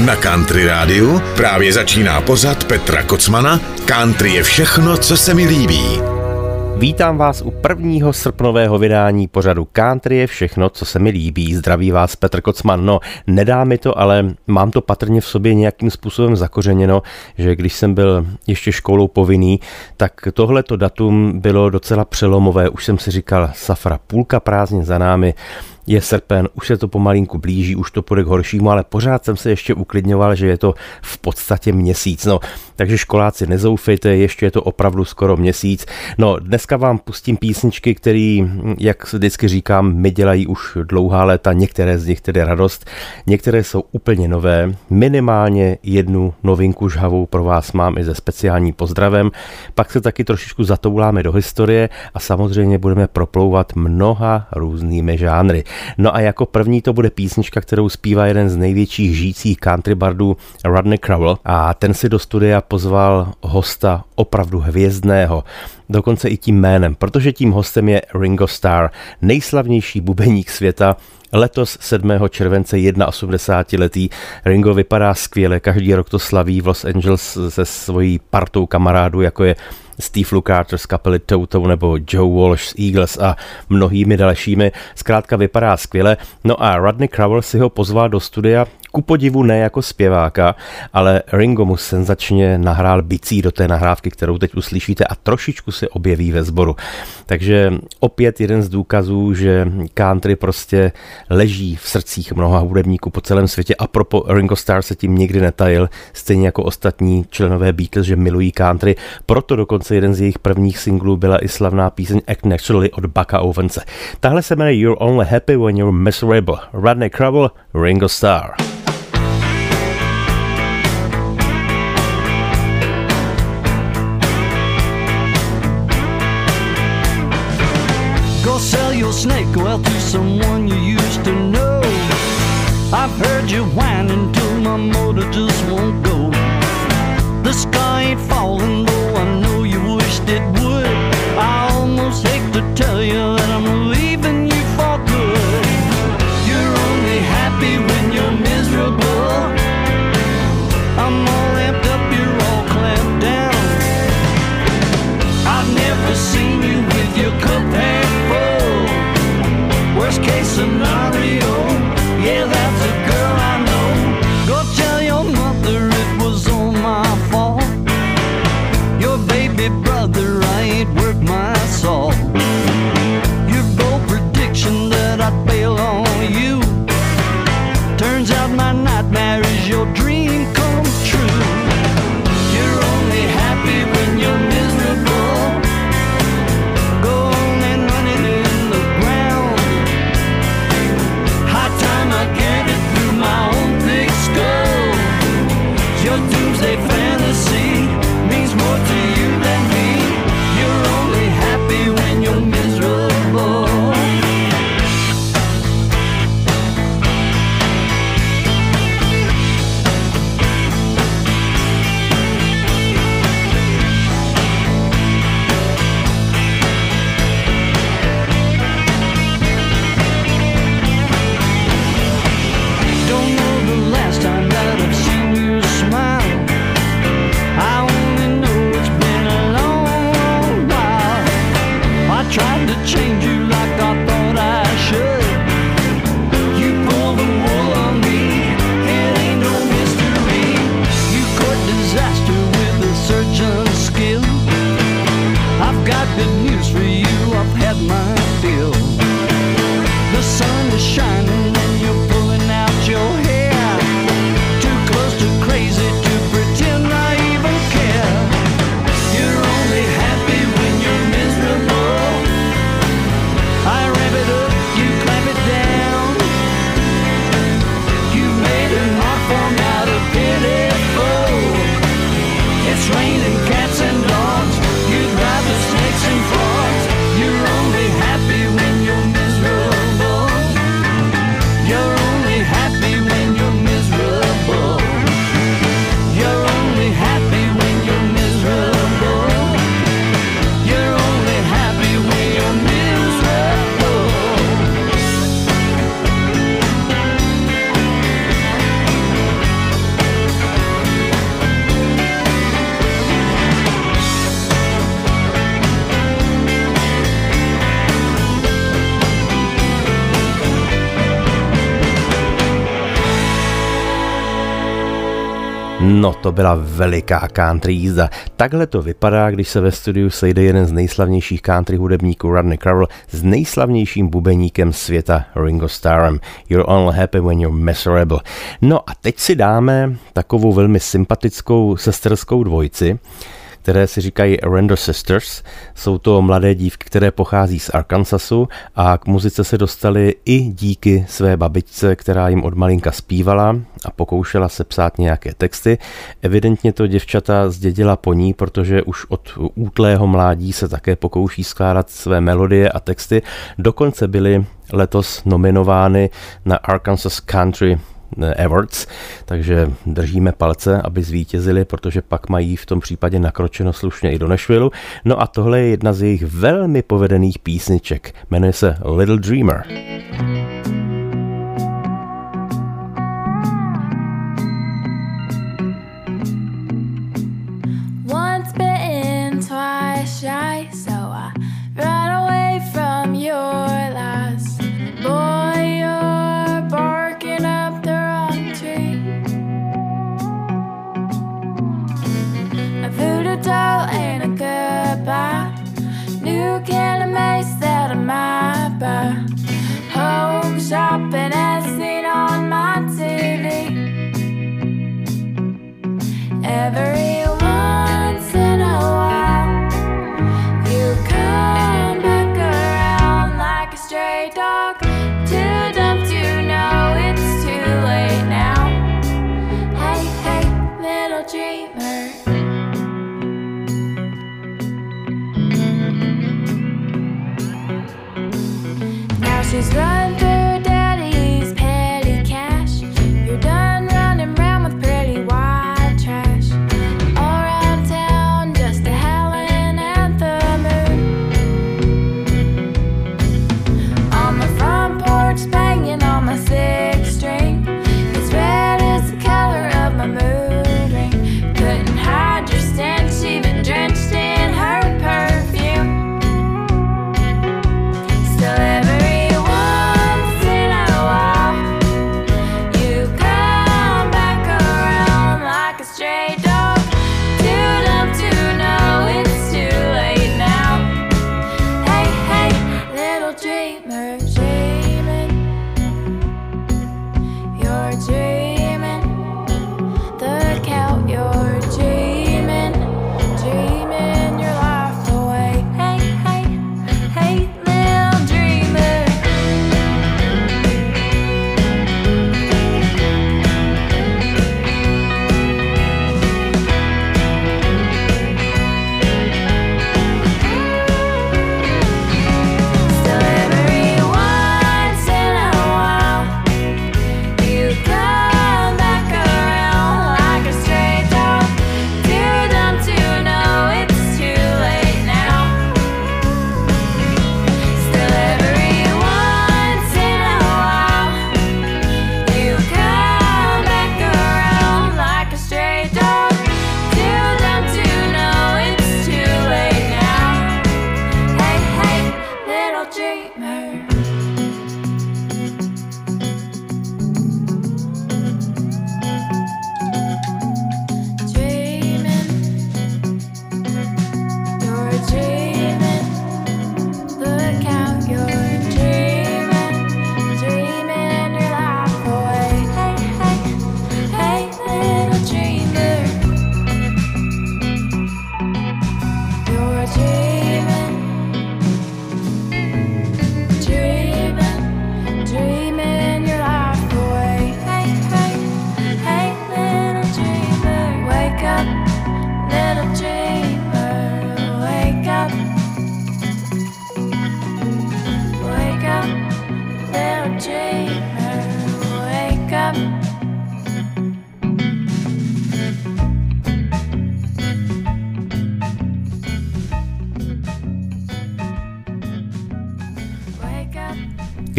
Na Country rádiu právě začíná pořad Petra Kocmana Country je všechno, co se mi líbí. Vítám vás u 1. srpnového vydání pořadu Country je všechno, co se mi líbí. Zdraví vás Petr Kocman. No, nedá mi to, ale mám to patrně v sobě nějakým způsobem zakořeněno, že když jsem byl ještě školou povinný, tak tohleto datum bylo docela přelomové. Už jsem si říkal, safra, půlka prázdnin za námi, je srpen, už se to pomalinku blíží, už to půjde k horšímu, ale pořád jsem se ještě uklidňoval, že je to v podstatě měsíc. No, takže školáci nezoufejte, ještě je to opravdu skoro měsíc. No, dneska vám pustím písničky, které, jak vždycky říkám, mi dělají už dlouhá léta, některé z nich tedy radost, některé jsou úplně nové, minimálně jednu novinku žhavou pro vás mám i se speciálním pozdravem, pak se taky trošičku zatouláme do historie a samozřejmě budeme proplouvat mnoha různými žánry. No a jako první to bude písnička, kterou zpívá jeden z největších žijících country bardů Rodney Crowell a ten si do studia pozval hosta opravdu hvězdného, dokonce i tím jménem, protože tím hostem je Ringo Starr, nejslavnější bubeník světa. Letos 7. července 81letý. Ringo vypadá skvěle, každý rok to slaví v Los Angeles se svojí partou kamarádů, jako je Steve Lukather z kapely Toto nebo Joe Walsh z Eagles a mnohými dalšími. Zkrátka vypadá skvěle. No a Rodney Crowell si ho pozval do studia, ku podivu ne jako zpěváka, ale Ringo mu senzačně nahrál bicí do té nahrávky, kterou teď uslyšíte a trošičku se objeví ve sboru. Takže opět jeden z důkazů, že country prostě leží v srdcích mnoha hudebníků po celém světě. A propo Ringo Starr se tím nikdy netajil, stejně jako ostatní členové Beatles, že milují country. Proto dokonce jeden z jejich prvních singlů byla i slavná píseň Act Naturally od Bucka Owence. Tahle se jmenuje You're Only Happy When You're Miserable. Rodney Crowell, Ringo Starr. Snake well to someone you used to know. I've heard you whining till my motor just won't go. The sky ain't falling though I know you wished it would. I almost hate to tell you that I'm leaving you for good. You're only happy when you're miserable. I'm all amped up, you're all clamped down. I've never seen you with your cup half full. Worst case scenario, yeah, that's a girl I know. Go tell your mother it was all my fault. Your baby brother, I ain't worth my salt. Your bold prediction that I'd bail on you turns out my nightmare is your dream come true. You're only happy when you're miserable. Go on and run it in the ground. High time I get it through my own thick skull. Your doomsday fantasy means more to you than me. You're only happy when you're miserable. No, to byla veliká country jízda. Takhle to vypadá, když se ve studiu sejde jeden z nejslavnějších country hudebníků Rodney Crowell s nejslavnějším bubeníkem světa Ringo Starrem. You're only happy when you're miserable. No a teď si dáme takovou velmi sympatickou sesterskou dvojici, které si říkají Rando Sisters. Jsou to mladé dívky, které pochází z Arkansasu a k muzice se dostali i díky své babičce, která jim od malinka zpívala a pokoušela se psát nějaké texty. Evidentně to děvčata zdědila po ní, protože už od útlého mládí se také pokouší skládat své melodie a texty. Dokonce byly letos nominovány na Arkansas Country Awards, takže držíme palce, aby zvítězili, protože pak mají v tom případě nakročeno slušně i do Nashvilleu. No a tohle je jedna z jejich velmi povedených písniček. Jmenuje se Little Dreamer. Once bitten, twice shy, so I ran away from your last. Boy, you're barking up the wrong tree. A voodoo doll ain't a goodbye. New can of mace that of my back. Hope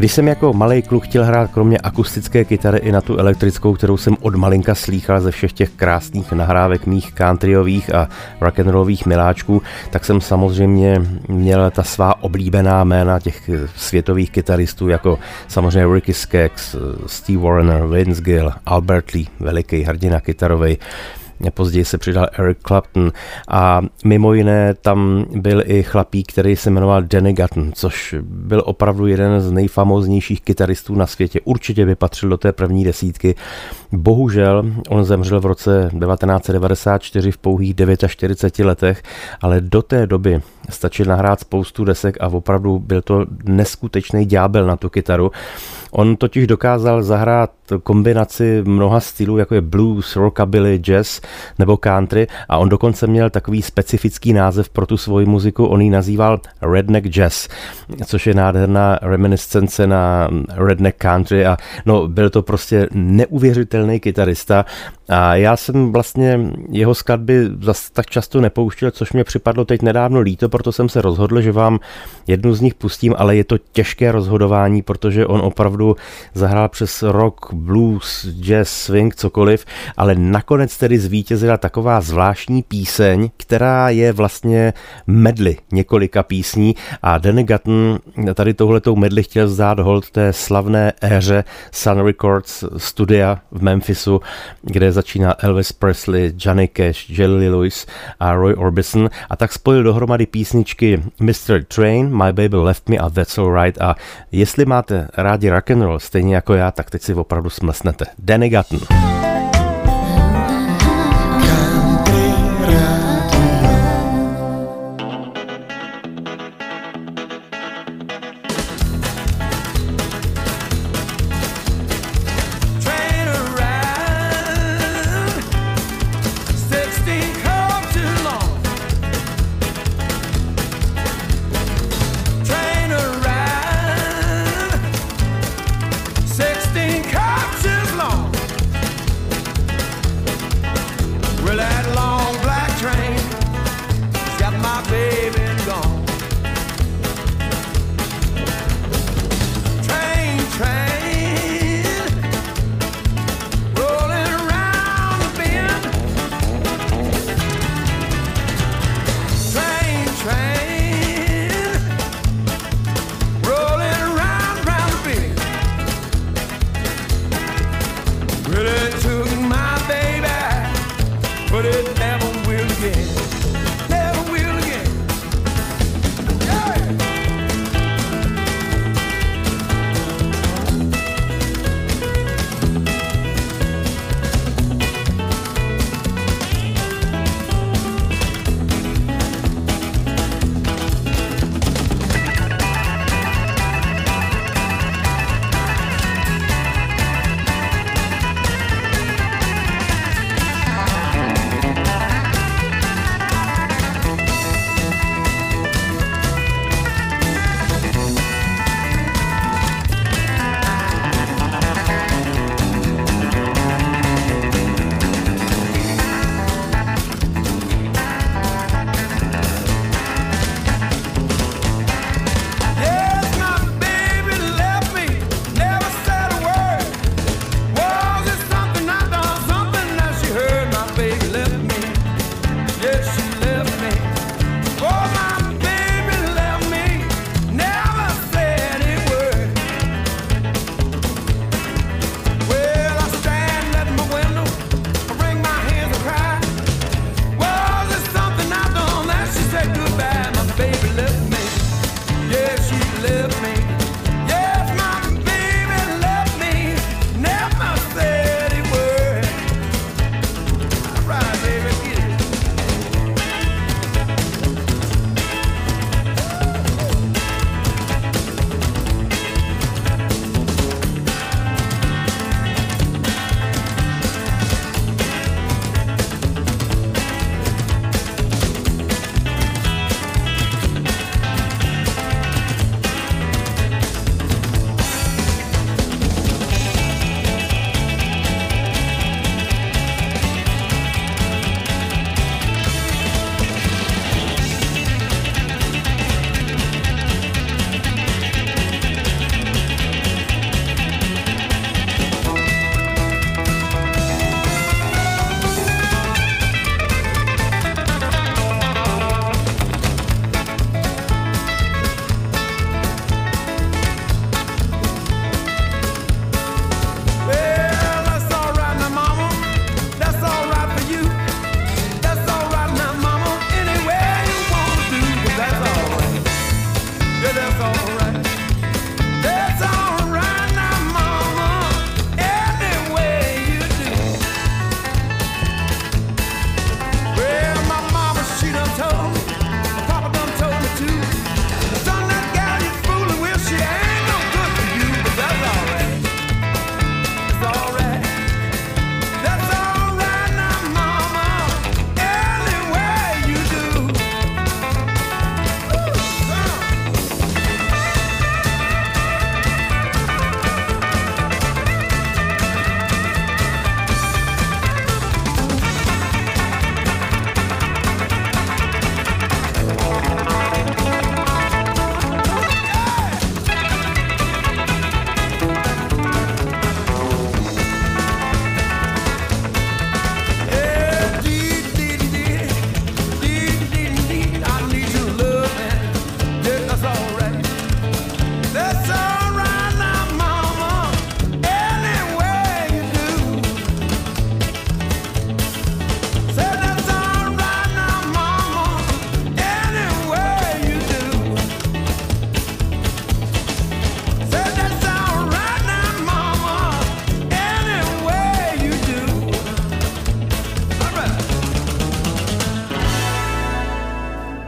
Když jsem jako malej kluk chtěl hrát kromě akustické kytary i na tu elektrickou, kterou jsem od malinka slýchal ze všech těch krásných nahrávek mých countryových a rock'n'rollových miláčků, tak jsem samozřejmě měl ta svá oblíbená jména těch světových kytaristů, jako samozřejmě Ricky Skaggs, Steve Wariner, Vince Gill, Albert Lee, veliký hrdina kytarovej. Později se přidal Eric Clapton a mimo jiné tam byl i chlapík, který se jmenoval Danny Gatton, což byl opravdu jeden z nejfamóznějších kytaristů na světě. Určitě by patřil do té první desítky. Bohužel on zemřel v roce 1994 v pouhých 49 letech, ale do té doby stačil nahrát spoustu desek a opravdu byl to neskutečný ďábel na tu kytaru. On totiž dokázal zahrát kombinaci mnoha stylů, jako je blues, rockabilly, jazz nebo country, a on dokonce měl takový specifický název pro tu svoji muziku, on ji nazýval redneck jazz, což je nádherná reminiscence na redneck country, a no, byl to prostě neuvěřitelný kytarista. A já jsem vlastně jeho skladby zase tak často nepouštěl, což mě připadlo teď nedávno líto, proto jsem se rozhodl, že vám jednu z nich pustím, ale je to těžké rozhodování, protože on opravdu zahrál přes rock, blues, jazz, swing, cokoliv, ale nakonec tedy zvítězila taková zvláštní píseň, která je vlastně medley několika písní, a Danny Gatton tady touhletou medley chtěl vzdát hold té slavné éře Sun Records studia v Memphisu, kde začíná Elvis Presley, Johnny Cash, Jerry Lee Lewis a Roy Orbison, a tak spojil dohromady písničky Mr. Train, My Baby Left Me a That's Alright, a jestli máte rádi rock'n'roll stejně jako já, tak teď si opravdu smlsnete. Danny Gatton.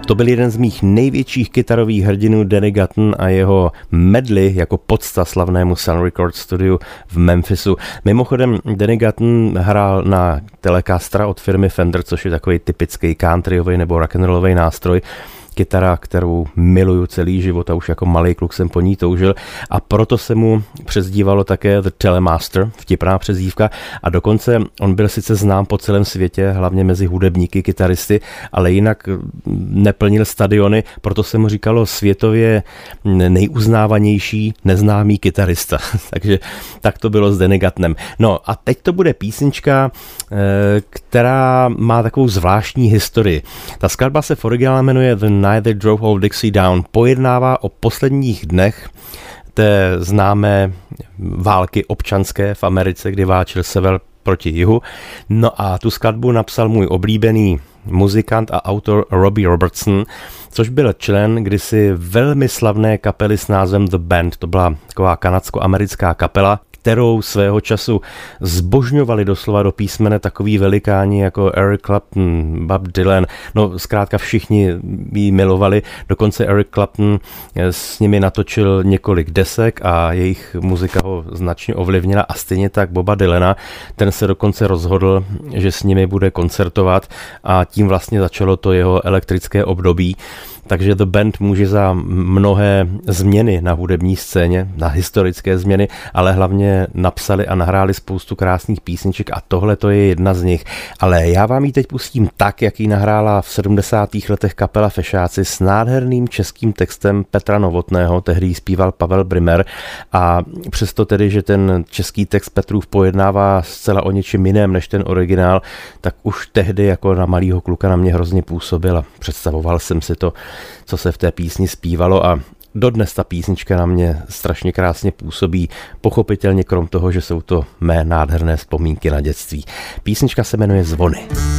To byl jeden z mých největších kytarových hrdinů Danny Gatton a jeho medley jako podsta slavnému Sun Record studiu v Memphisu. Mimochodem Danny Gatton hrál na Telecastera od firmy Fender, což je takový typický countryový nebo rock'n'rollový nástroj. Kytara, kterou miluju celý život a už jako malý kluk jsem po ní toužil a proto se mu přezdívalo také The Telemaster, vtipná přezdívka a dokonce on byl sice znám po celém světě, hlavně mezi hudebníky, kytaristy, ale jinak neplnil stadiony, proto se mu říkalo světově nejuznávanější neznámý kytarista. Takže tak to bylo s Danny Gattonem. No a teď to bude písnička, která má takovou zvláštní historii. Ta skladba se v originále jmenuje The Night They Drove Old Dixie Down, pojednává o posledních dnech té známé války občanské v Americe, kdy válčil sever proti jihu. No a tu skladbu napsal můj oblíbený muzikant a autor Robbie Robertson, což byl člen kdysi velmi slavné kapely s názvem The Band. To byla taková kanadsko-americká kapela, kterou svého času zbožňovali doslova do písmene takový velikáni jako Eric Clapton, Bob Dylan, no zkrátka všichni ji milovali, dokonce Eric Clapton s nimi natočil několik desek a jejich muzika ho značně ovlivnila a stejně tak Boba Dylana, ten se dokonce rozhodl, že s nimi bude koncertovat a tím vlastně začalo to jeho elektrické období. Takže The Band může za mnohé změny na hudební scéně, na historické změny, ale hlavně napsali a nahráli spoustu krásných písniček a tohle to je jedna z nich. Ale já vám ji teď pustím tak, jak ji nahrála v 70. letech kapela Fešáci s nádherným českým textem Petra Novotného, tehdy ji zpíval Pavel Brymer a přesto tedy, že ten český text Petrův pojednává zcela o něčem jiném než ten originál, tak už tehdy jako na malýho kluka na mě hrozně působil a představoval jsem si to, co se v té písni zpívalo a dodnes ta písnička na mě strašně krásně působí, pochopitelně krom toho, že jsou to mé nádherné vzpomínky na dětství. Písnička se jmenuje Zvony.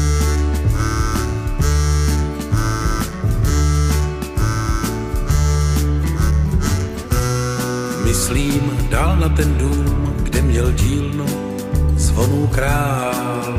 Myslím dál na ten dům, kde měl dílnu zvonů král.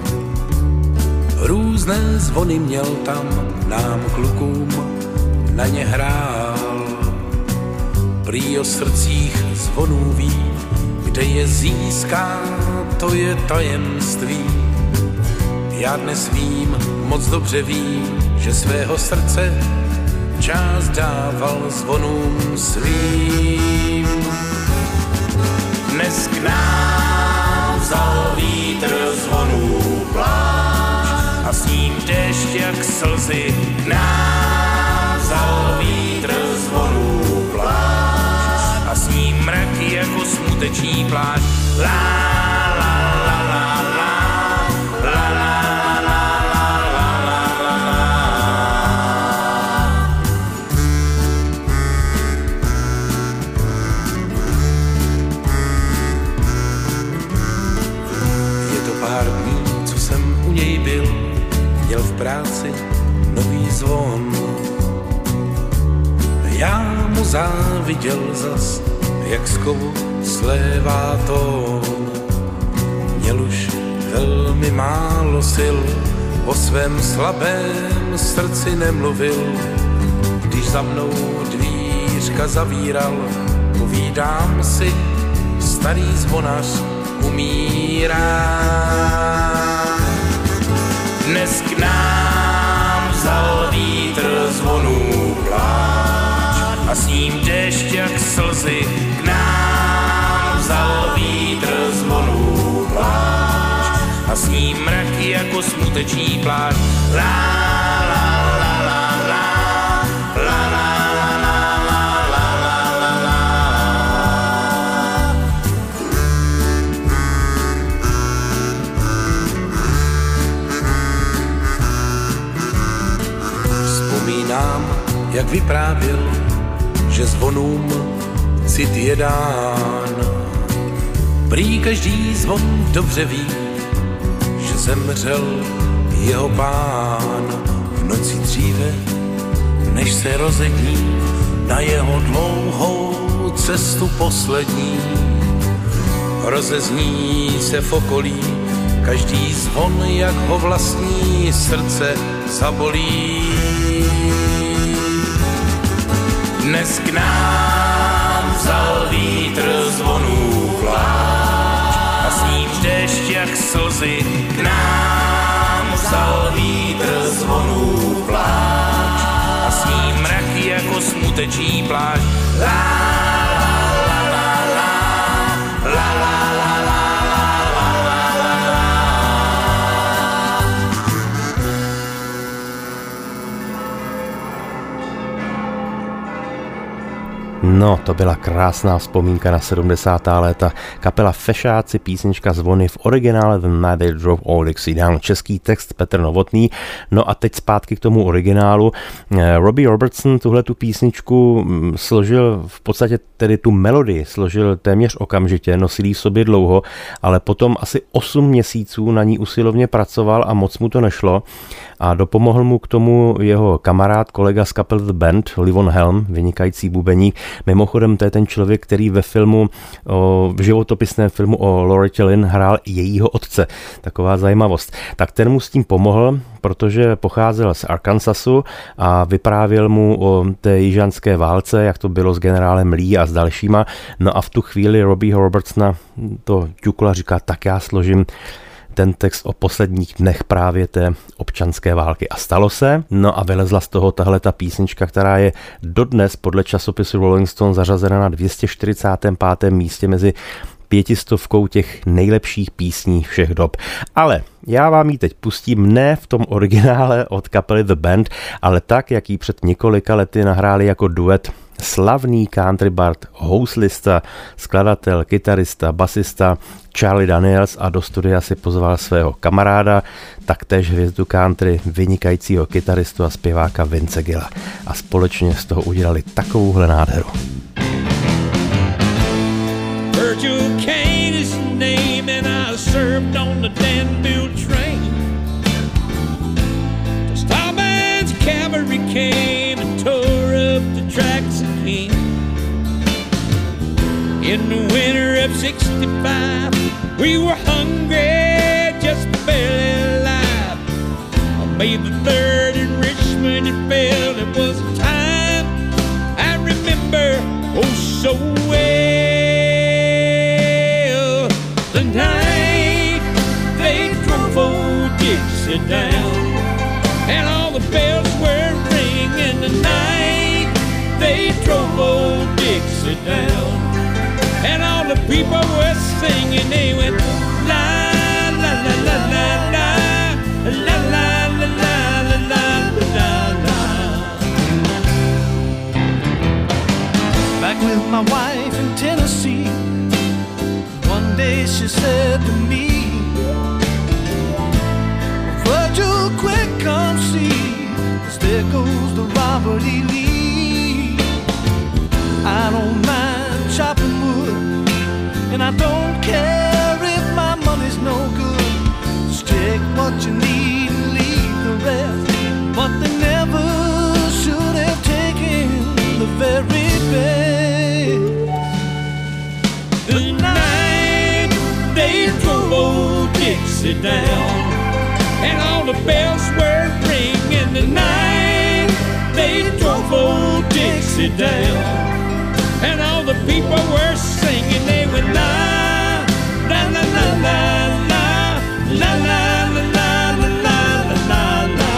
Různé zvony měl tam, nám klukům na ně hrál. Prý o srdcích zvonů ví, kde je získá, to je tajemství. Já dnes vím, moc dobře vím, že svého srdce část dával zvonům svým. Dnes k nám vzal vítr zvonů plášť a s ním déšť jak slzy. K nám vzal vítr zvonů plášť a s ním mrak jako smuteční plášť. V práci nový zvon. Já mu záviděl zas, jak z kovu slévá tón. Měl už velmi málo sil, o svém slabém srdci nemluvil. Když za mnou dvířka zavíral, povídám si, starý zvonař umírá. Dnes k nám vzal vítr zvonů plášť a s ním déšť jak slzy. K nám vzal vítr zvonů plášť a s ním mrak jako smuteční plášť. Jak vyprávěl, že zvonům cit je dán. Prý každý zvon dobře ví, že zemřel jeho pán. V noci dříve, než se rozední na jeho dlouhou cestu poslední. Rozezní se v okolí každý zvon, jak ho vlastní srdce zabolí. Dnes k nám vzal vítr zvonů pláč a s ním déšť jak slzy. K nám vzal vítr zvonů pláč a s ním mraky jako smuteční pláč. No, to byla krásná vzpomínka na 70. léta. Kapela Fešáci, písnička Zvony, v originále The Night They Drove Old Dixie Down. Český text Petr Novotný. No a teď zpátky k tomu originálu. Robbie Robertson tuhle tu písničku složil v podstatě tedy tu melodii, složil téměř okamžitě, nosil jí v sobě dlouho, ale potom asi 8 měsíců na ní usilovně pracoval a moc mu to nešlo. A dopomohl mu k tomu jeho kamarád, kolega z kapely The Band, Livon Helm, vynikající bubeník. Mimochodem, to je ten člověk, který ve filmu, v životopisném filmu o Loretta Lynn hrál jejího otce. Taková zajímavost. Tak ten mu s tím pomohl, protože pocházel z Arkansasu a vyprávěl mu o té jižanské válce, jak to bylo s generálem Lee a s dalšíma. No a v tu chvíli Robbieho Robertsona to ťukla, říká, tak já složím ten text o posledních dnech právě té občanské války. A stalo se, no a vylezla z toho tahle ta písnička, která je dodnes podle časopisu Rolling Stone zařazena na 245. místě mezi 500 těch nejlepších písní všech dob. Ale já vám ji teď pustím ne v tom originále od kapely The Band, ale tak, jak ji před několika lety nahráli jako duet slavný country bard, houslista, skladatel, kytarista, basista Charlie Daniels a do studia si pozval svého kamaráda, taktéž hvězdu country, vynikajícího kytaristu a zpěváka Vince Gilla. A společně z toho udělali takovouhle nádheru. Virgil Kane is the name and I served on the Danville train. The Starman's cavalry came and tore up the tracks again. In the winter of 65 we were hungry, just barely alive. On May the 3rd in Richmond it fell. It was a time I remember oh so well. The night they drove old Dixie down and all the bells were ringing. The night they drove old Dixie down and all the people were singing. They went la la la la la la la la la la la la la. Back with my wife in Tennessee, one day she said to me, Virgil, quick come see, 'cause there goes the Robert E. Lee. I don't mind chopping wood, and I don't care if my money's no good. Just take what you need and leave the rest. But they never should have taken the very best. The night they drove old Dixie down and all the bells were ringing. The night they drove old Dixie down and all the people were singing. They went la la la la la la la la la la la la la.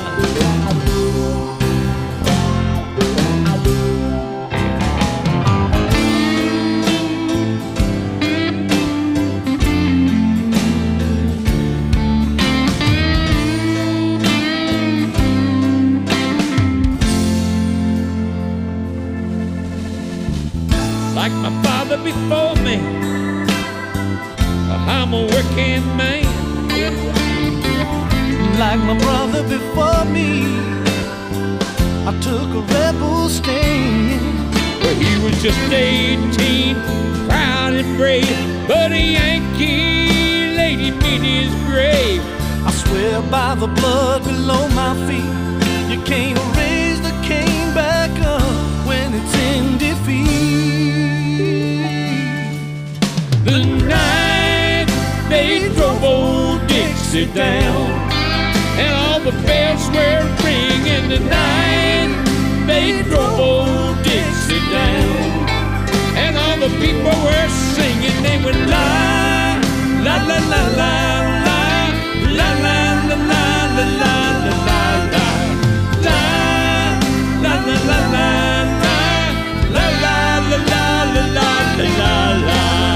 Like my father before me, I'm a working man. Like my brother before me, I took a rebel stand. Well, he was just 18, proud and brave, but a Yankee laid him in his grave. I swear by the blood below my feet, you can't raise the cane back up when it's in defeat. The night they drove old Dixie down, and all the bells were ringing tonight. They drove old Dixie down, and all the people were singing. They went la la la la la la la la la la la la la la la la la la la. La la la la la la la la.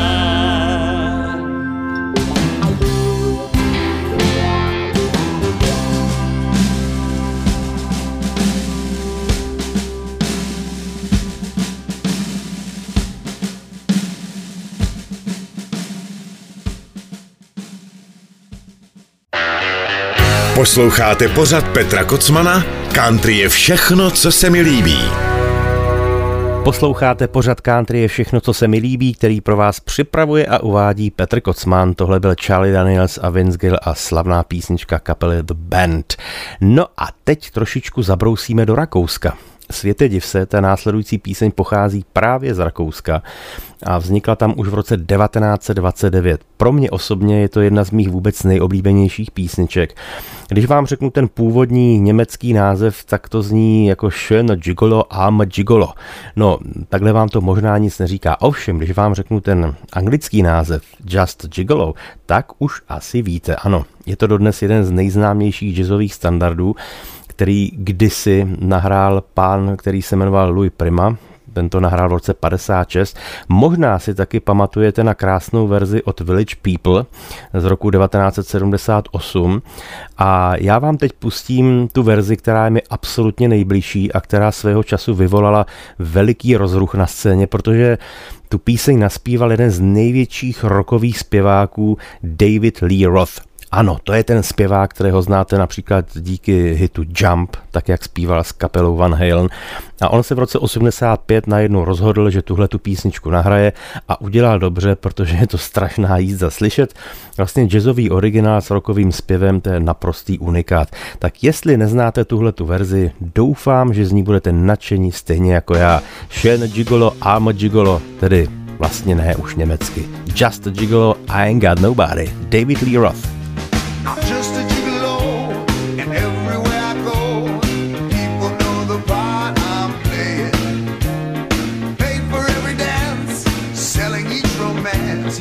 Posloucháte pořad Petra Kocmana? Country je všechno, co se mi líbí. Posloucháte pořad Country je všechno, co se mi líbí, který pro vás připravuje a uvádí Petr Kocman. Tohle byl Charlie Daniels a Vince Gill a slavná písnička kapely The Band. No a teď trošičku zabrousíme do Rakouska. Světe div se, ta následující píseň pochází právě z Rakouska a vznikla tam už v roce 1929. Pro mě osobně je to jedna z mých vůbec nejoblíbenějších písniček. Když vám řeknu ten původní německý název, tak to zní jako Schöne Gigolo, Arme Gigolo. No, takhle vám to možná nic neříká. Ovšem, když vám řeknu ten anglický název Just Gigolo, tak už asi víte. Ano, je to dodnes jeden z nejznámějších jazzových standardů, který kdysi nahrál pán, který se jmenoval Louis Prima. Ten to nahrál v roce 56. Možná si taky pamatujete na krásnou verzi od Village People z roku 1978. A já vám teď pustím tu verzi, která je mi absolutně nejbližší a která svého času vyvolala veliký rozruch na scéně, protože tu píseň naspíval jeden z největších rockových zpěváků David Lee Roth. Ano, to je ten zpěvák, kterého znáte například díky hitu Jump, tak jak zpíval s kapelou Van Halen. A on se v roce 85 najednou rozhodl, že tuhle tu písničku nahraje a udělal dobře, protože je to strašná jízda slyšet. Vlastně jazzový originál s rockovým zpěvem, to je naprostý unikát. Tak jestli neznáte tuhle tu verzi, doufám, že z ní budete nadšení stejně jako já. Schöne Gigolo, Arme Gigolo, tedy vlastně ne už německy. Just a Gigolo, I ain't got nobody. David Lee Roth. I'm just a gigolo, and everywhere I go, people know the part I'm playing. Paid for every dance, selling each romance.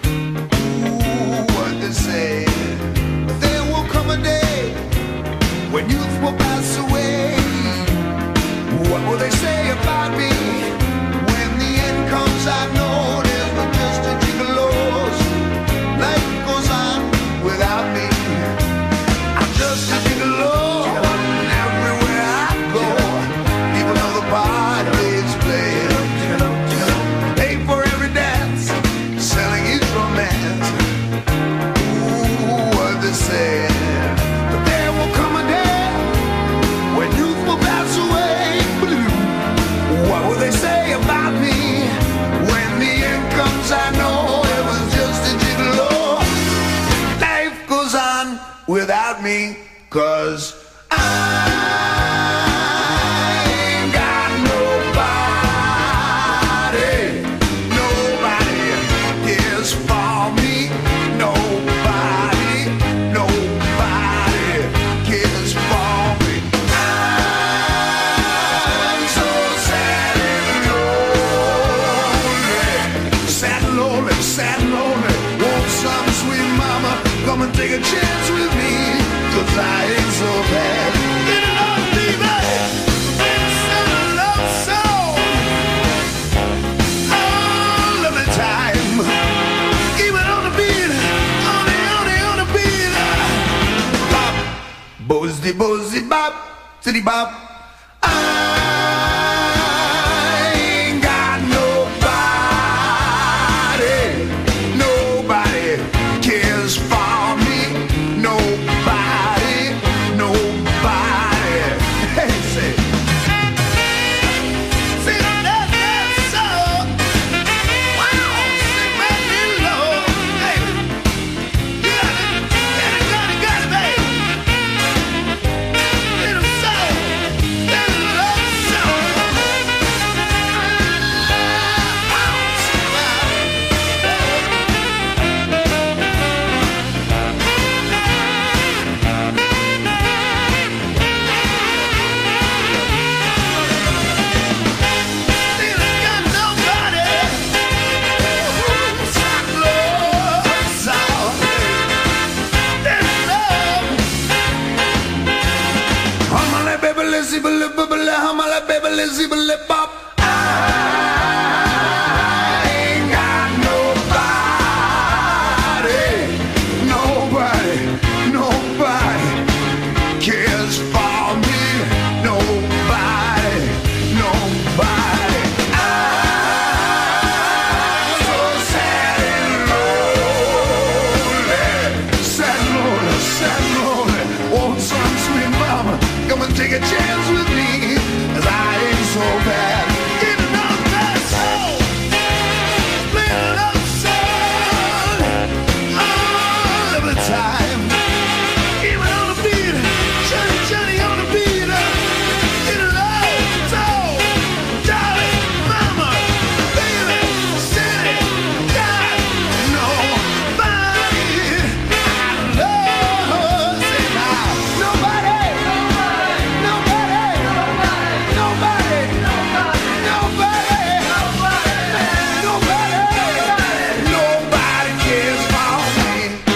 Ooh, what they say. But there will come a day when youth will pass away. What will they say about me when the end comes? I know there's no just a gigolo's. Life goes on without me. I'm just a gigolo, and everywhere I go, people know the part it's playing. Pay for every dance, selling each romance. Ooh, what they say. But there will come a day when youth will pass away. What will they say about me when the end comes? I know it was just a gigolo. Life goes on without me, 'cause I ain't got nobody. Nobody cares for me. Nobody, nobody cares for me. I'm so sad and lonely. Sad and lonely, sad and lonely. Want some sweet mama come and take a chance with me, 'cause I ain't so bad. Get it on, baby. It's a love song. Oh, love the time. Keep it on the beat. On the beat. Bop, bozzy, bozzy, bop, city bop. I ain't got nobody. Nobody cares for me. Nobody, nobody. Hey, say. See that song? Wow, sing back me low. Hey, you got it, baby. Little soul, little love zibbly bubbly humala baby zibbly bop. I ain't got nobody, nobody, nobody cares for me, nobody, nobody. I'm so sad and lonely, sad and lonely, sad and lonely. Won't some sweet mama come and take a chance with me, 'cause I ain't so bad. Give me love, that soul, play the love song all of the time. Even on the beat, Johnny, Johnny on the beat. Give me love, soul, darling, mama, baby, city, God, nobody I love, say now, nobody, nobody, nobody, nobody, nobody cares for me.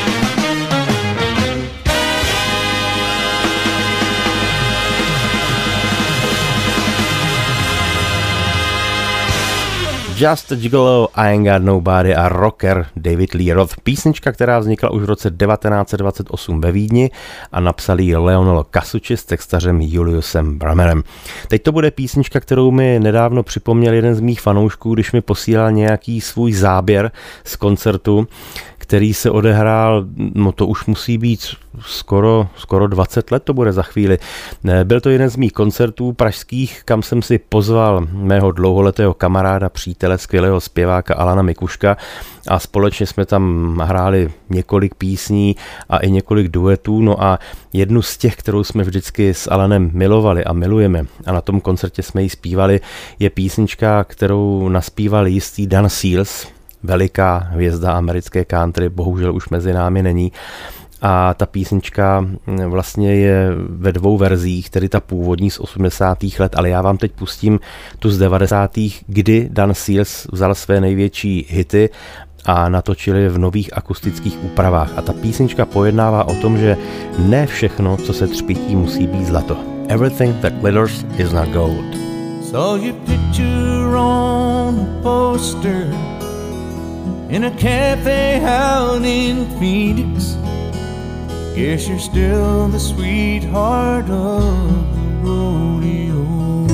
Just a Gigolo, I Ain't Got Nobody a rocker David Lee Roth. Písnička, která vznikla už v roce 1928 ve Vídni a napsal ji Leonel Casucci s textařem Juliusem Bramerem. Teď to bude písnička, kterou mi nedávno připomněl jeden z mých fanoušků, když mi posílal nějaký svůj záběr z koncertu, který se odehrál, no to už musí být skoro 20 let, to bude za chvíli. Byl to jeden z mých koncertů pražských, kam jsem si pozval mého dlouholetého kamaráda, přítele, skvělého zpěváka Alana Mikuška a společně jsme tam hráli několik písní a i několik duetů, no a jednu z těch, kterou jsme vždycky s Alanem milovali a milujeme a na tom koncertě jsme ji zpívali, je písnička, kterou naspíval jistý Dan Seals, veliká hvězda americké country, bohužel už mezi námi není. A ta písnička vlastně je ve dvou verzích, tedy ta původní z 80. let, ale já vám teď pustím tu z 90. kdy Dan Seals vzal své největší hity a natočili v nových akustických úpravách. A ta písnička pojednává o tom, že ne všechno, co se třpytí, musí být zlato. Everything that glitters is not gold. Saw your picture on a poster in a cafe out in Phoenix. Guess you're still the sweetheart of the rodeo.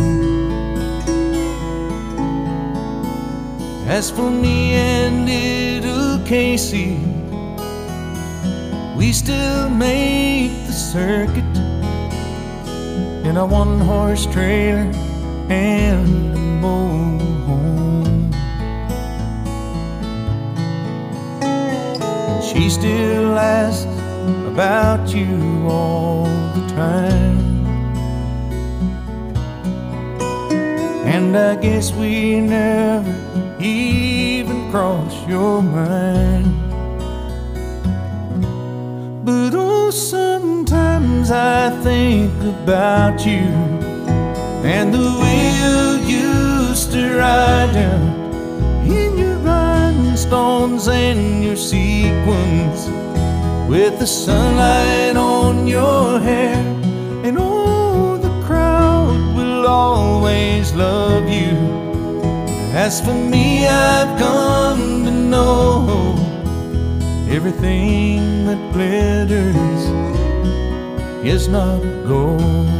As for me and little Casey, we still make the circuit in a one-horse trailer and a mobile home. And she still asks about you all the time, and I guess we never even cross your mind. But oh, sometimes I think about you and the way you used to ride down in your rhinestones and your sequins, with the sunlight on your hair, and oh, the crowd will always love you. As for me, I've come to know everything that glitters is not gold.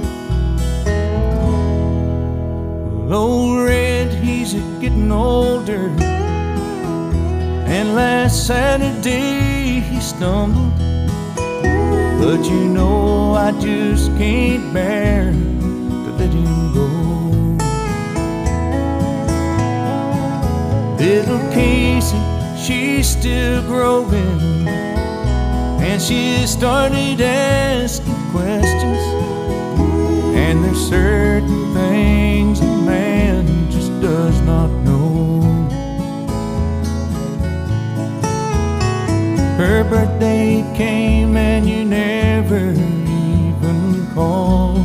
Well, old Red, he's getting older, and last Saturday he stumbled, but you know I just can't bear to let him go. Little Casey, she's still growing, and she started asking questions, and there's certain things a man just does not know. Her birthday came and you never even called.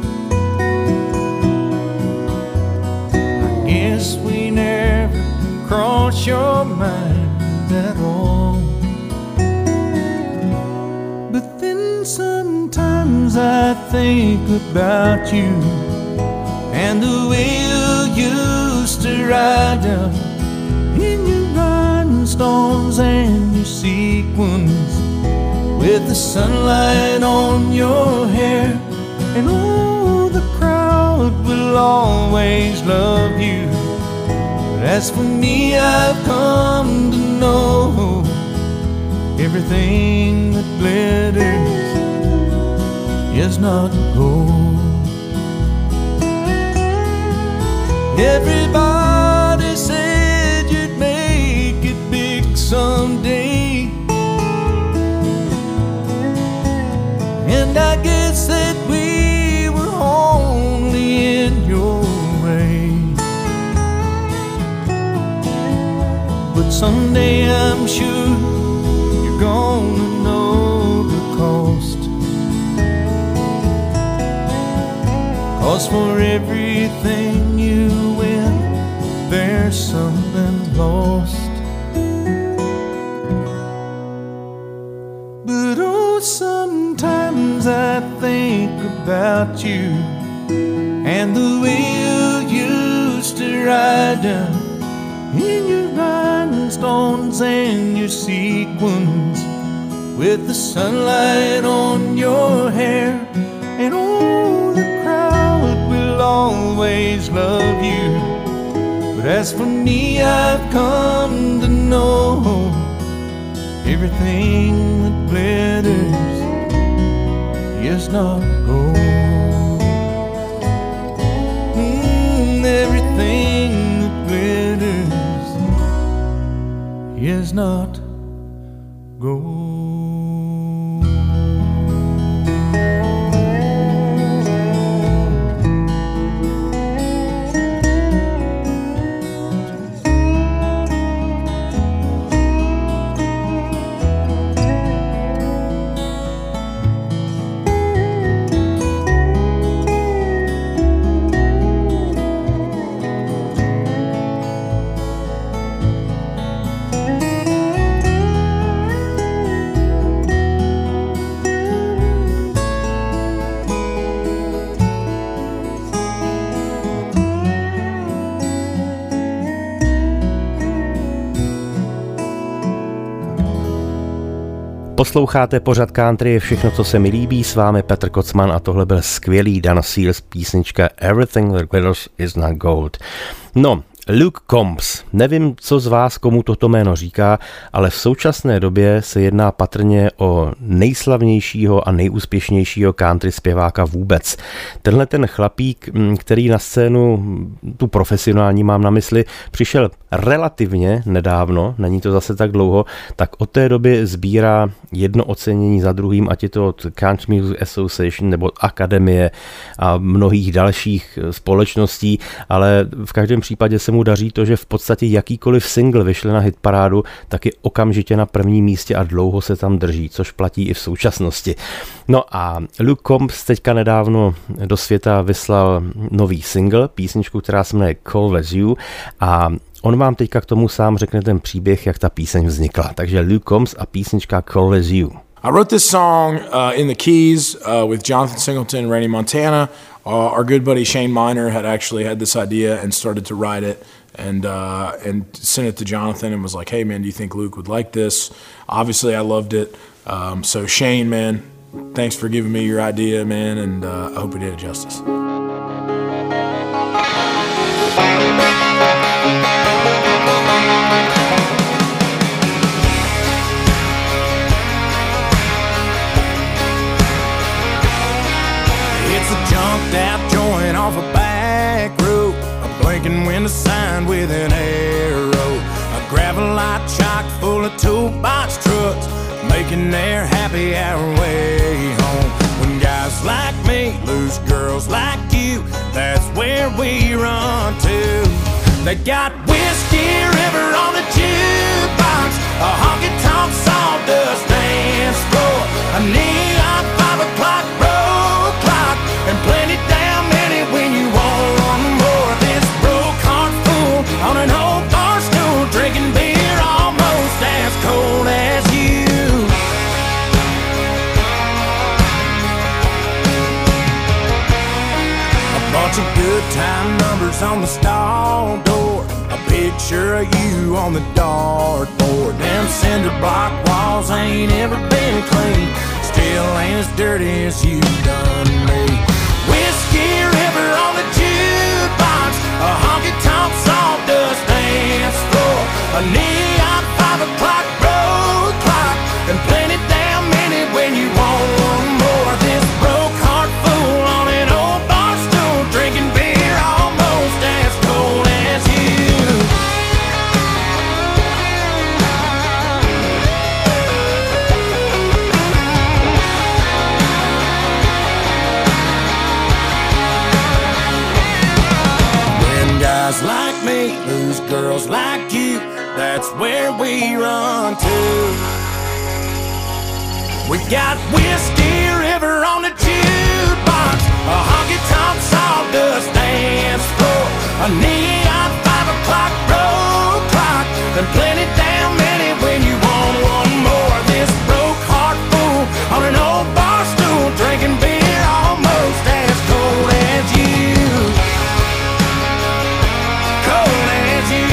I guess we never crossed your mind at all. But then sometimes I think about you and the way you used to ride down in your rhinestones and your sequins, with the sunlight on your hair, and oh, the crowd will always love you. But as for me, I've come to know everything that glitters is not gold. Everybody said you'd make it big someday, and I guess that we were only in your way. But someday I'm sure you're gonna know the cost, 'cause for everything you win, there's something lost. But oh, sometimes I think about you and the way you used to ride down in your rhinestones and your sequins, with the sunlight on your hair, and oh, the crowd will always love you. But as for me, I've come to know everything that glitters is not gold. Everything that glitters is not gold. Posloucháte pořad Country je všechno, co se mi líbí, s vámi Petr Kocman a tohle byl skvělý Dan Seals písnička Everything That Glitters Is Not Gold. No, Luke Combs. Nevím, co z vás komu toto jméno říká, ale v současné době se jedná patrně o nejslavnějšího a nejúspěšnějšího country zpěváka vůbec. Tenhle ten chlapík, který na scénu, tu profesionální mám na mysli, přišel relativně nedávno, není to zase tak dlouho, tak od té doby sbírá jedno ocenění za druhým, ať je to od Country Music Association nebo Akademie a mnohých dalších společností, ale v každém případě se mu daří to, že v podstatě jakýkoliv single vyšle na hitparádu, tak je okamžitě na prvním místě a dlouho se tam drží, což platí i v současnosti. No a Luke Combs teďka nedávno do světa vyslal nový single, písničku, která se jmenuje Cold As You, a on vám teďka k tomu sám řekne ten příběh, jak ta píseň vznikla. Takže Luke Combs a písnička Cold As You. I wrote this song in the keys with Jonathan Singleton and Randy Montana. Our good buddy Shane Miner had actually had this idea and started to write it and sent it to Jonathan and was like, hey man, do you think Luke would like this? Obviously I loved it. So Shane, man, thanks for giving me your idea, man, and I hope we did it justice. It's a jumped out joint off a back road, a blinking window sign with an arrow, a gravel lot chock full of toolbox trucks, making their happy hour way home. When guys like me lose girls like you, that's where we run to. They got Whiskey River on the jukebox, a honky-tonk sawdust dance floor, a neon 5 o'clock road clock, and plenty damn many when you want one more. This broke heart fool on an old bar stool, drinking beer almost as cold as you. good time numbers on the stall door, a picture of you on the dartboard. Them cinder block walls ain't ever been clean, still ain't as dirty as you done me. Whiskey River on the jukebox, a honky-tonk sawdust dance floor, a neon 5 o'clock road clock, and plenty damn minute when you want one more. This broke heart fool on an old bar stool, drinking beer almost as cold as you. When guys like me lose girls like you, that's where we run to. We got Whiskey River on the jukebox, a honky-tonk sawdust dance floor, a neon 5 o'clock road clock, and plenty damn many when you want one more. This broke heart fool on an old bar stool, drinking beer almost as cold as you. Cold as you.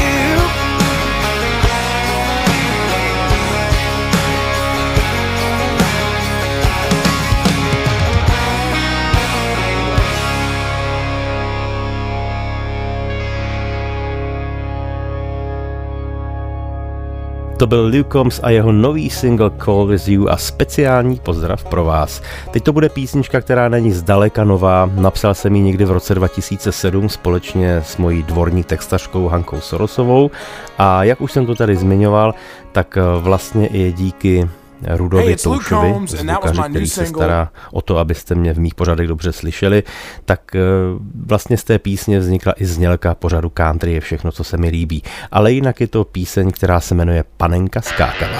To byl Luke Combs a jeho nový single Call With You a speciální pozdrav pro vás. Teď to bude písnička, která není zdaleka nová, napsal jsem ji někdy v roce 2007 společně s mojí dvorní textařkou Hankou Sorosovou a jak už jsem to tady zmiňoval, tak vlastně i díky Rudovi Toušovi, zvukaři, který se stará o to, abyste mě v mých pořadech dobře slyšeli, tak vlastně z té písně vznikla i znělka pořadu Country je všechno, co se mi líbí. Ale jinak je to píseň, která se jmenuje Panenka skákavá.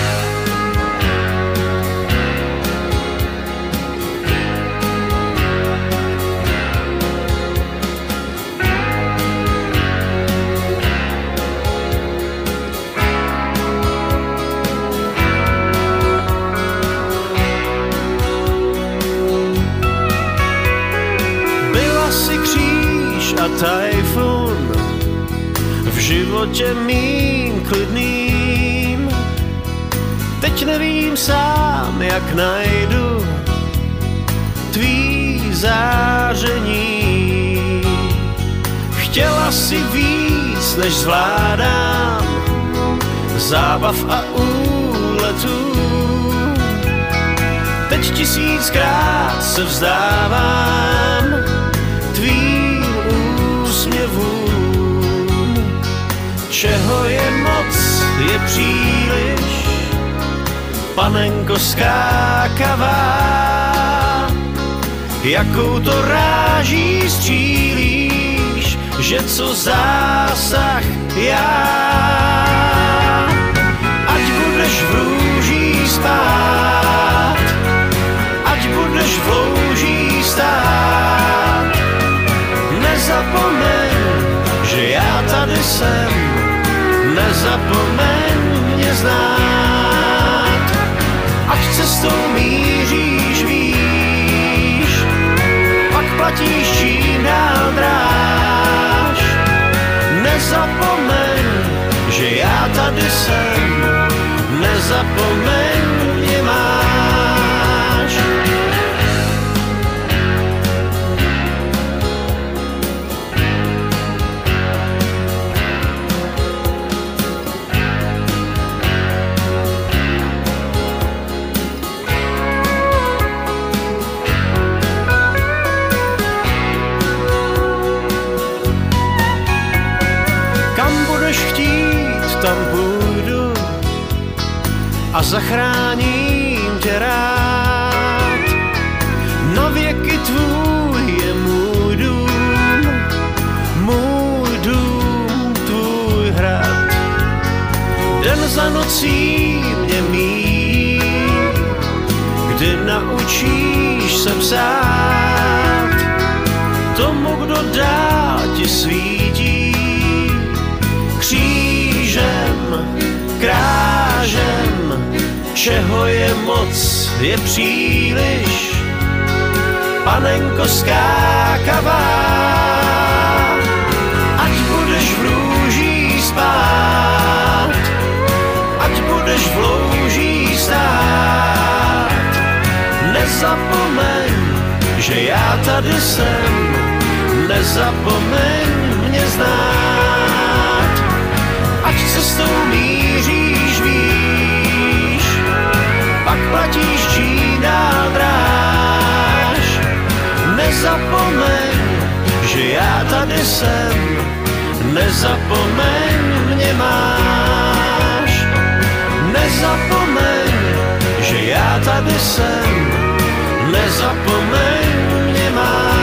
Tajfun v životě mým klidným. Teď nevím sám, jak najdu tvý záření. Chtěla si víc, než zvládám, zábav a úletů. Teď 1000krát se vzdávám tvým úsměvům. Čeho je moc, je příliš, panenko skákavá. Jakou to ráží střílíš, že co zásah já. Ať budeš v růží spát, ať budeš v louží stát, nezapomeň, že já tady jsem, nezapomeň mě znát. Ať cestou míříš výš, pak platíš čím dál dráž. Nezapomeň, že já tady jsem, nezapomeň mě máš. Tam půjdu a zachráním tě rád. Na věky tvůj je můj dům, tvůj hrad. Den za nocí mě mít, kdy naučíš se psát tomu, kdo dál ti svítí křížem, krážem. Čeho je moc, je příliš, panenko skákavá. Nezapomeň, že já tady jsem, nezapomeň mě znát. Ať cestou míříš, víš, pak platíš čí dál dráž. Nezapomeň, že já tady jsem, nezapomeň mě máš. Nezapomeň, že já tady jsem, nezapomeň mě máš.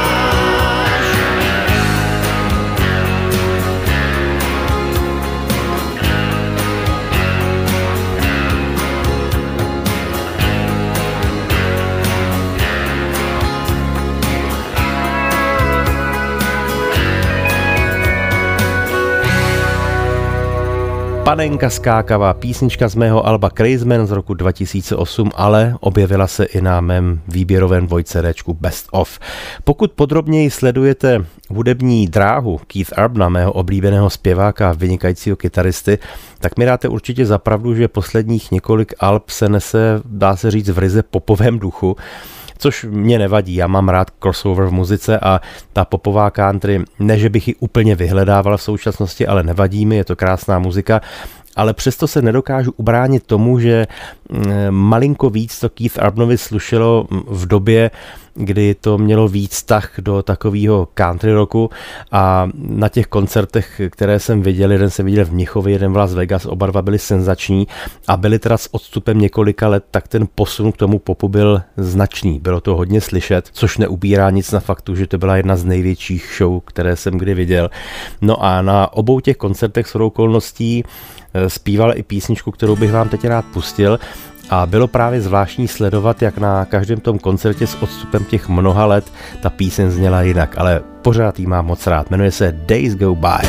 Panenka skákavá, písnička z mého alba Crazy Man z roku 2008, ale objevila se i na mém výběrovém dvojcéčku Best Of. Pokud podrobněji sledujete hudební dráhu Keith Urbana, mého oblíbeného zpěváka a vynikajícího kytaristy, tak mi dáte určitě za pravdu, že posledních několik alb se nese, dá se říct, v ryze popovém duchu, což mě nevadí, já mám rád crossover v muzice a ta popová country, ne že bych ji úplně vyhledával v současnosti, ale nevadí mi, je to krásná muzika, ale přesto se nedokážu ubránit tomu, že malinko víc to Keith Urbanovi slušelo v době, kdy to mělo víc vztah do takového country rocku a na těch koncertech, které jsem viděl, jeden jsem viděl v Mnichově, jeden v Las Vegas, oba dva byly senzační a byly teda s odstupem několika let, tak ten posun k tomu popu byl značný. Bylo to hodně slyšet, což neubírá nic na faktu, že to byla jedna z největších show, které jsem kdy viděl. No a na obou těch koncertech shodou okolností zpíval i písničku, kterou bych vám teď rád pustil. A bylo právě zvláštní sledovat, jak na každém tom koncertě s odstupem těch mnoha let ta píseň zněla jinak, ale pořád jí mám moc rád. Jmenuje se Days Go By.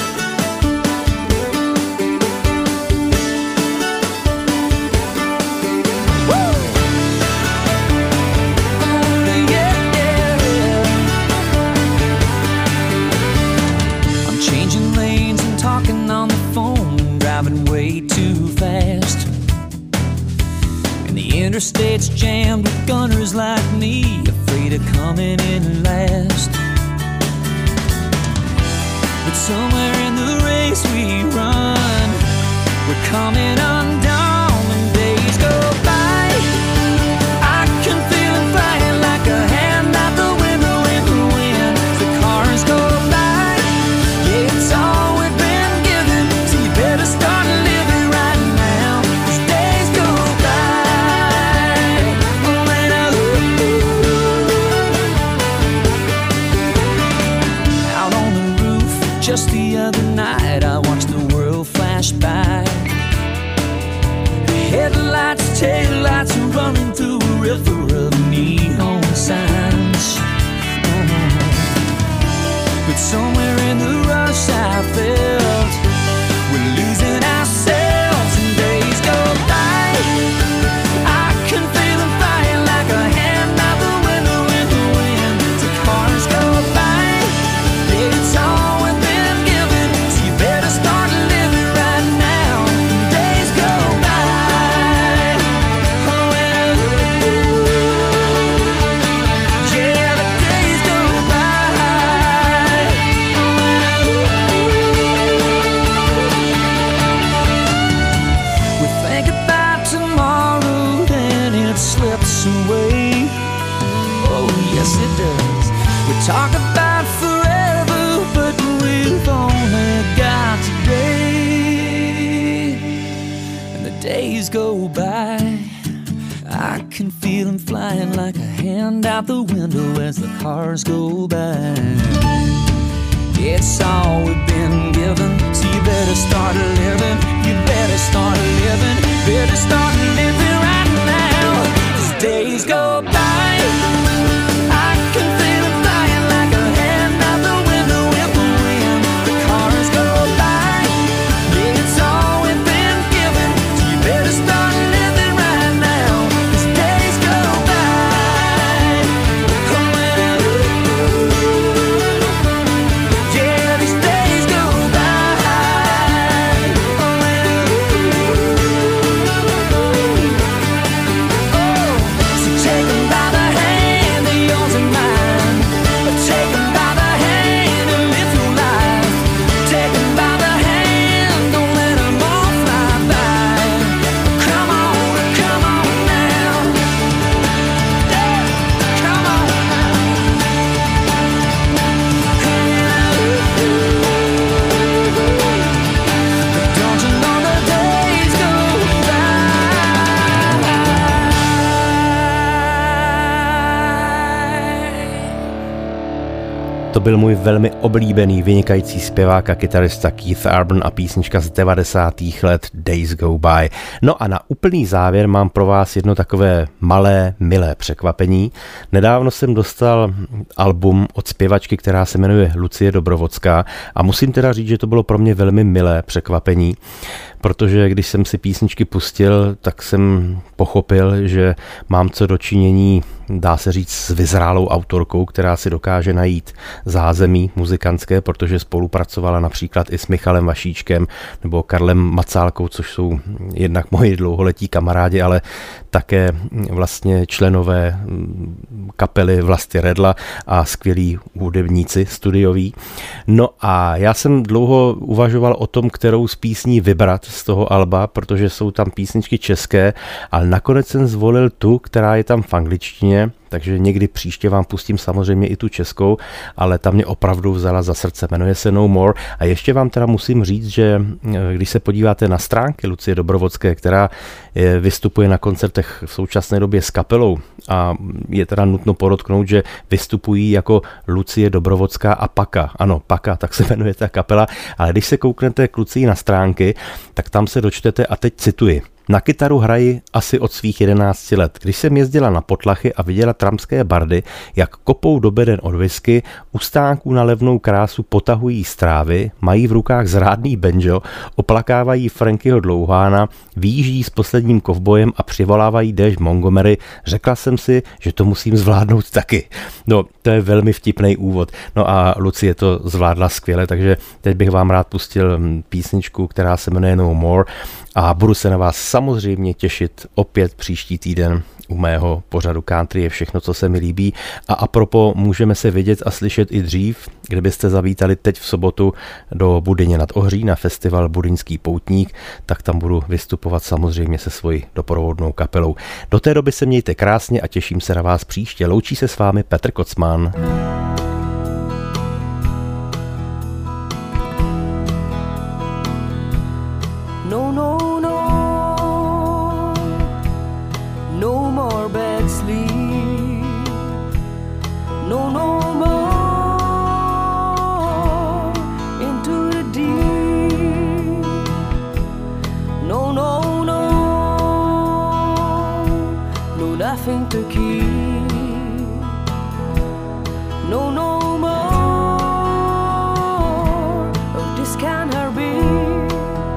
Interstate's jammed with gunners like me, afraid of coming in last. But somewhere in the race we run, we're coming undone when days go by. I can feel them flying like a hand out the window in the wind. The cars go by, yeah, it's all we've been given, so you better start living right now. These days go by. Just the other night I watched the world flash by. Headlights, taillights running through a river of neon signs. But somewhere in the rush I felt we're losing ourselves and days go by. I can feel them flying like a hand out the window in the wind. The cars go by, yeah, it's all start living right now. Days go by. Oh, yeah, the days go by. We think about tomorrow and it slips away. Oh, yes, it does. We talk about forever, but we've only got today, and the days go by. I can feel them flying like a hand out the window as the cars go by. It's all we've been given, so you better start living. You better start living. Better start living right now. These days go by. I can feel them flying like a hand out the window in the wind. The cars go by. Yeah, it's all we've been given, so you better start living right now. These days go by. Yeah, these days go by. Oh, so take To byl můj velmi oblíbený, vynikající zpěvák a kytarista Keith Urban a písnička z 90. let Days Go By. No a na úplný závěr mám pro vás jedno takové malé, milé překvapení. Nedávno jsem dostal album od zpěvačky, která se jmenuje Lucie Dobrovodská a musím teda říct, že to bylo pro mě velmi milé překvapení, protože když jsem si písničky pustil, tak jsem pochopil, že mám co dočinění, dá se říct, s vyzrálou autorkou, která si dokáže najít zázemí muzikantské, protože spolupracovala například i s Michalem Vašíčkem nebo Karlem Macálkou, což jsou jednak moji dlouholetí kamarádi, ale také vlastně členové kapely Vlasty Redla a skvělí hudebníci studioví. No a já jsem dlouho uvažoval o tom, kterou z písní vybrat z toho alba, protože jsou tam písničky české, ale nakonec jsem zvolil tu, která je tam v angličtině, takže někdy příště vám pustím samozřejmě i tu českou, ale ta mě opravdu vzala za srdce, jmenuje se No More. A ještě vám teda musím říct, že když se podíváte na stránky Lucie Dobrovodské, která vystupuje na koncertech v současné době s kapelou a je teda nutno podotknout, že vystupují jako Lucie Dobrovodská a Paka. Ano, Paka, tak se jmenuje ta kapela, ale když se kouknete k Lucii na stránky, tak tam se dočtete, a teď cituji: na kytaru hraji asi od svých 11 let. Když jsem jezdila na potlachy a viděla tramské bardy, jak kopou do beden od whisky, u stánků na levnou krásu potahují strávy, mají v rukách zrádný banjo, oplakávají Frankyho Dlouhána, výjíždí s posledním kovbojem a přivolávají déšť Montgomery, řekla jsem si, že to musím zvládnout taky. No, to je velmi vtipný úvod. No a Lucie to zvládla skvěle, takže teď bych vám rád pustil písničku, která se jmenuje No More, a budu se na vás samozřejmě těšit opět příští týden u mého pořadu Country je všechno, co se mi líbí. A apropo, můžeme se vidět a slyšet i dřív, kdybyste zavítali teď v sobotu do Budyně nad Ohří na festival Budyňský poutník, tak tam budu vystupovat samozřejmě se svojí doprovodnou kapelou. Do té doby se mějte krásně a těším se na vás příště. Loučí se s vámi Petr Kocman. No, no, no, no more bad sleep. No, no more into the deep. No, no, no, no nothing to keep. No, no more of this kind of beat.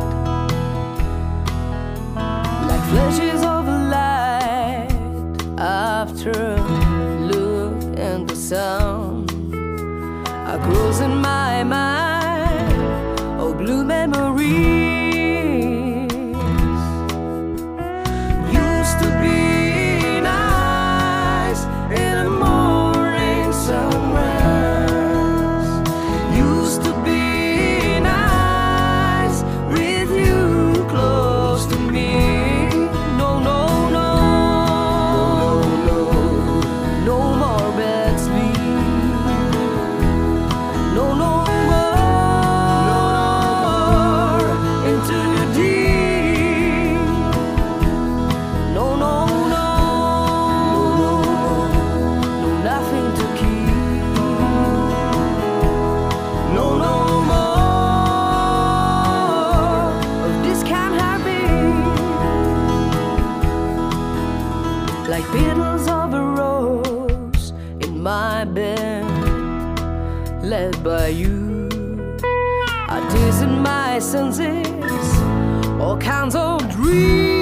Flashes of light after look and the sound are crossing my mind. Oh, blue memories used to be nice in the morning sunrise. Used to be nice with you close to me. Like petals of a rose in my bed, led by you, I taste in my senses all kinds of dreams.